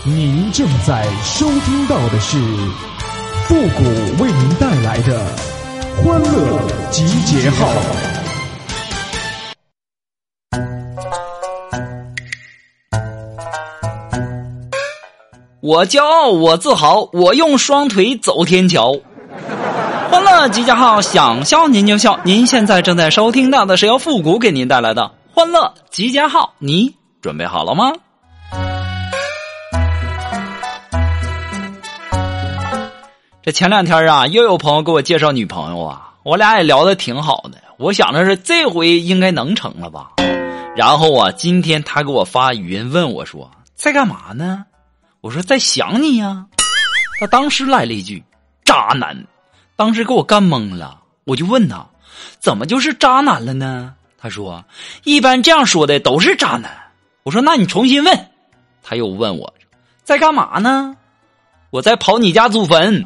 您正在收听到的是复古为您带来的欢乐集结号。 我骄傲，我自豪，我用双腿走天桥。欢乐集结号，想笑您就笑。您现在正在收听到的是由复古给您带来的欢乐集结号，你准备好了吗？这前两天啊，又有朋友给我介绍女朋友啊，我俩也聊得挺好的，我想着是这回应该能成了吧。然后啊，今天他给我发语音问我说，在干嘛呢？我说在想你呀。他当时来了一句渣男，当时给我干懵了。我就问他怎么就是渣男了呢？他说一般这样说的都是渣男。我说那你重新问。他又问我在干嘛呢？我在跑你家祖坟。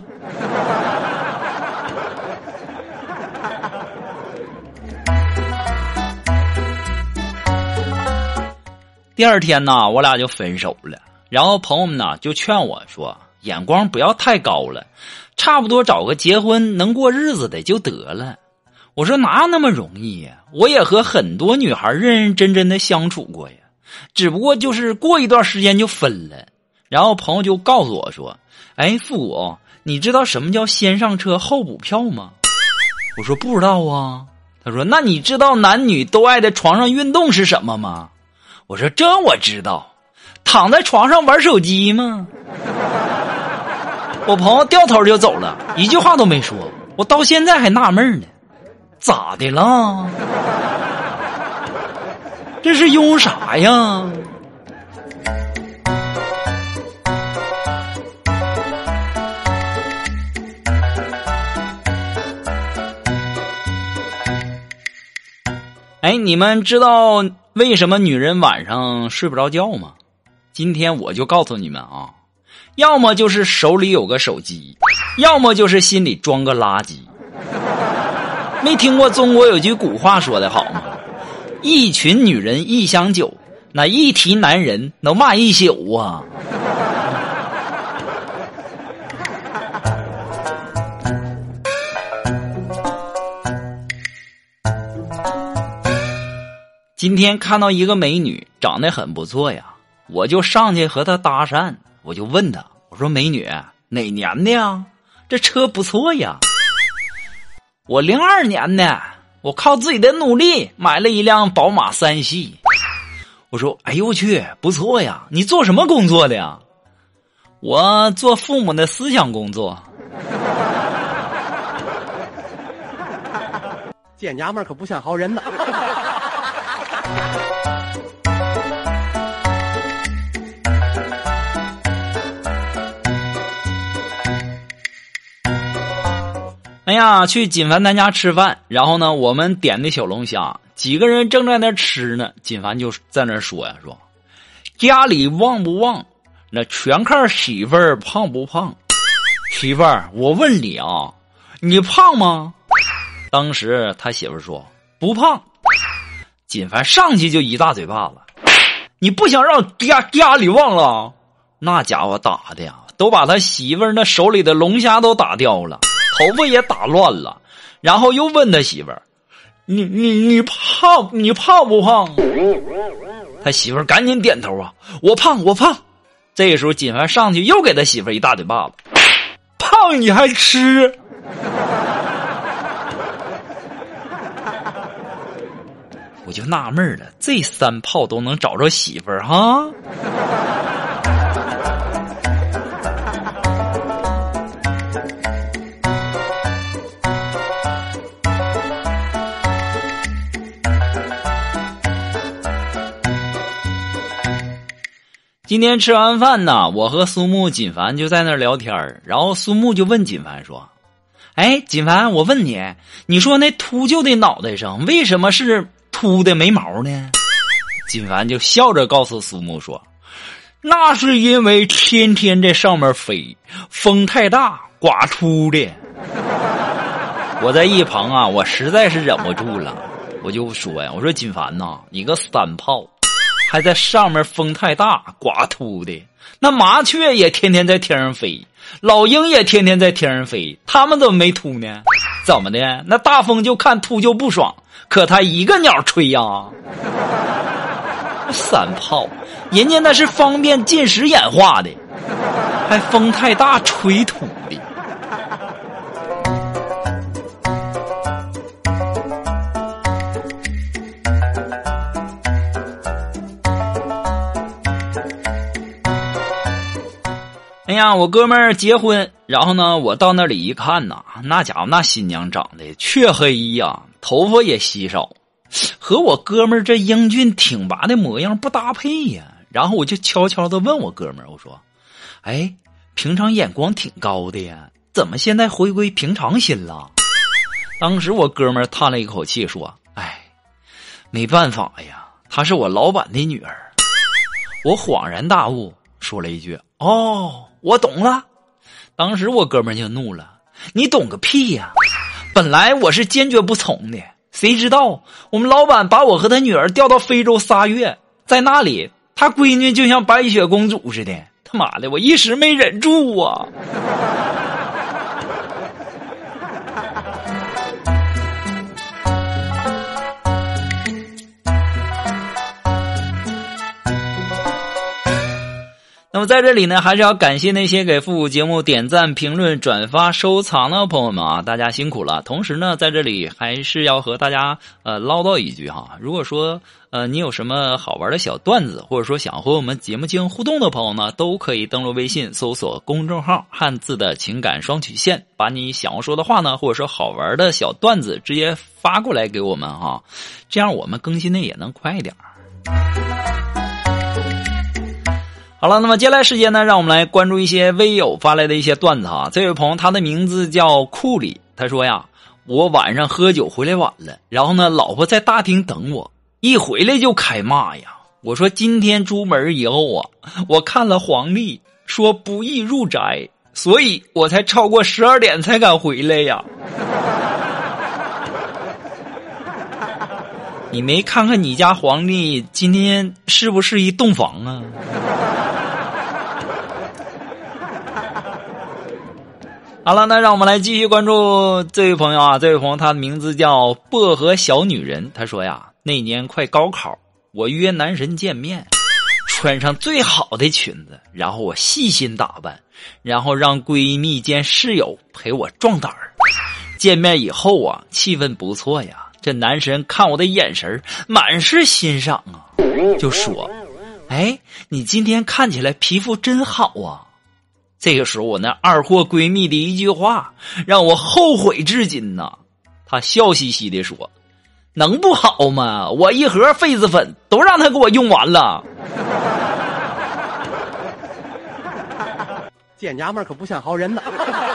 第二天呢，我俩就分手了。然后朋友们呢就劝我说，眼光不要太高了，差不多找个结婚能过日子的就得了。我说哪有那么容易呀？我也和很多女孩认认真真的相处过呀，只不过就是过一段时间就分了。然后朋友就告诉我说，哎，复古，你知道什么叫先上车后补票吗？我说不知道啊。他说那你知道男女都爱在床上运动是什么吗？我说这我知道，躺在床上玩手机吗？我朋友掉头就走了，一句话都没说。我到现在还纳闷呢，咋的了？这是用啥呀？哎，你们知道为什么女人晚上睡不着觉吗？今天我就告诉你们啊，要么就是手里有个手机，要么就是心里装个垃圾。没听过中国有句古话说的好吗？一群女人一箱酒，那一提男人能骂一宿啊。今天看到一个美女长得很不错呀，我就上去和她搭讪。我就问她，我说美女哪年的呀？这车不错呀。我02年的，我靠自己的努力买了一辆宝马3系。我说哎呦我去，不错呀，你做什么工作的呀？我做父母的思想工作。 见娘们可不像好人呢。 哎呀，去锦凡他家吃饭，然后呢我们点的小龙虾，几个人正在那吃呢，锦凡就在那说呀，说家里旺不旺那全看媳妇儿胖不胖。媳妇儿，我问你啊，你胖吗？当时他媳妇儿说不胖。锦凡上去就一大嘴巴子，你不想让家里旺了？那家伙打的呀，都把他媳妇儿那手里的龙虾都打掉了，头发也打乱了。然后又问他媳妇儿，你胖不胖？他媳妇儿赶紧点头啊，我胖。这个时候锦凡上去又给他媳妇儿一大嘴巴子，胖你还吃？我就纳闷了，这3炮都能找着媳妇儿哈？今天吃完饭呢，我和苏木、锦凡就在那儿聊天，然后苏木就问锦凡说，哎，锦凡，我问你，你说那秃鹫的脑袋上为什么是秃的没毛呢？锦凡就笑着告诉苏木说，那是因为天天在上面飞，风太大刮秃的。我在一旁啊，我实在是忍不住了，我就说呀，我说锦凡呐，你个3炮， 还在上面风太大刮秃的。那麻雀也天天在天上飞，老鹰也天天在天上飞，他们怎么没秃呢？怎么的？那大风就看秃就不爽，可他一个鸟吹呀。三炮，人家那是方便进食演化的，还风太大吹秃的。哎呀，我哥们儿结婚，然后呢，我到那里一看呐，那家伙那新娘长得黢黑呀，头发也稀少，和我哥们儿这英俊挺拔的模样不搭配呀。然后我就悄悄地问我哥们儿，我说：“哎，平常眼光挺高的呀，怎么现在回归平常心了？”当时我哥们儿叹了一口气说：“哎，没办法呀，她是我老板的女儿。”我恍然大悟，说了一句：“哦。”我懂了。当时我哥们儿就怒了：“你懂个屁呀！本来我是坚决不从的，谁知道我们老板把我和他女儿调到非洲撒月，在那里他闺女就像白雪公主似的，他妈的我一时没忍住啊。”那么在这里呢，还是要感谢那些给复古节目点赞、评论、转发、收藏的朋友们啊，大家辛苦了。同时呢，在这里还是要和大家唠叨一句哈，如果说你有什么好玩的小段子，或者说想和我们节目进行互动的朋友呢，都可以登录微信搜索公众号汉字的情感双曲线，把你想要说的话呢，或者说好玩的小段子直接发过来给我们哈，这样我们更新的也能快一点。好了，那么接下来时间呢，让我们来关注一些微友发来的一些段子哈。这位朋友他的名字叫库里，他说呀，我晚上喝酒回来晚了，然后呢，老婆在大厅等我，一回来就开骂呀。我说今天出门以后啊，我看了黄历说不宜入宅，所以我才超过12点才敢回来呀。你没看看你家黄历今天是不是一洞房啊？好了，那让我们来继续关注这位朋友啊，这位朋友他的名字叫薄荷小女人，他说呀，那年快高考，我约男神见面，穿上最好的裙子，然后我细心打扮，然后让闺蜜兼室友陪我壮胆儿。见面以后啊，气氛不错呀，这男神看我的眼神满是欣赏啊，就说：“哎，你今天看起来皮肤真好啊。”这个时候我那二货闺蜜的一句话让我后悔至今呐。她笑嘻嘻地说：“能不好吗？我一盒痱子粉都让她给我用完了。” 见娘们可不像好人呢。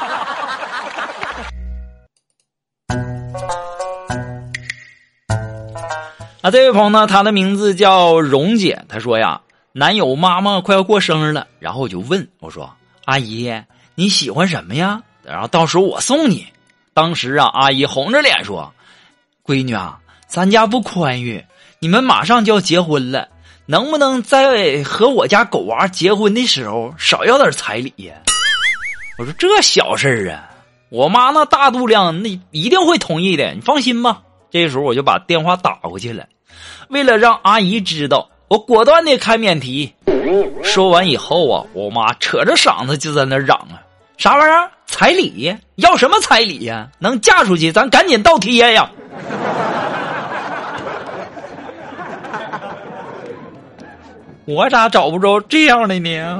这位朋友呢，他的名字叫蓉姐，他说呀，男友妈妈快要过生日了，然后我就问我说：“阿姨，你喜欢什么呀？然后到时候我送你。”当时啊，阿姨红着脸说：“闺女啊，咱家不宽裕，你们马上就要结婚了，能不能在和我家狗娃结婚的时候少要点彩礼呀？”我说：“这小事啊，我妈那大度量那一定会同意的，你放心吧。”这时候我就把电话打过去了，为了让阿姨知道，我果断的开免提。说完以后啊，我妈扯着嗓子就在那嚷啊：“啥玩意儿？彩礼？要什么彩礼呀？能嫁出去咱赶紧倒贴呀！”我咋找不着这样的呢？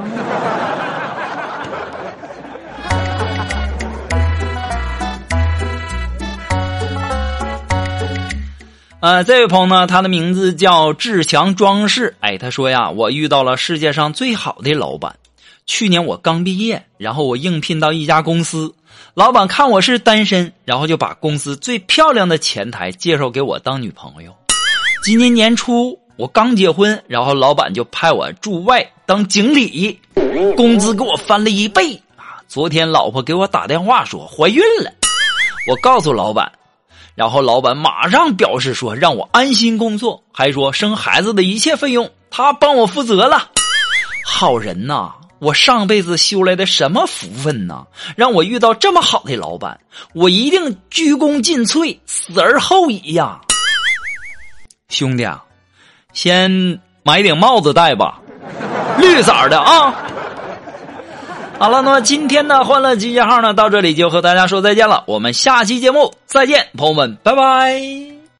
这位朋友呢，他的名字叫志强装饰。他说呀，我遇到了世界上最好的老板。去年我刚毕业，然后我应聘到一家公司，老板看我是单身，然后就把公司最漂亮的前台介绍给我当女朋友。今年年初我刚结婚，然后老板就派我驻外当经理，工资给我翻了1倍啊！昨天老婆给我打电话说怀孕了，我告诉老板，然后老板马上表示说让我安心工作，还说生孩子的一切费用他帮我负责了。好人呐，我上辈子修来的什么福分呐，让我遇到这么好的老板，我一定鞠躬尽瘁，死而后已呀。兄弟啊，先买顶帽子戴吧，绿色的啊。好了，那么今天的欢乐集结号呢，到这里就和大家说再见了，我们下期节目再见，朋友们，拜拜。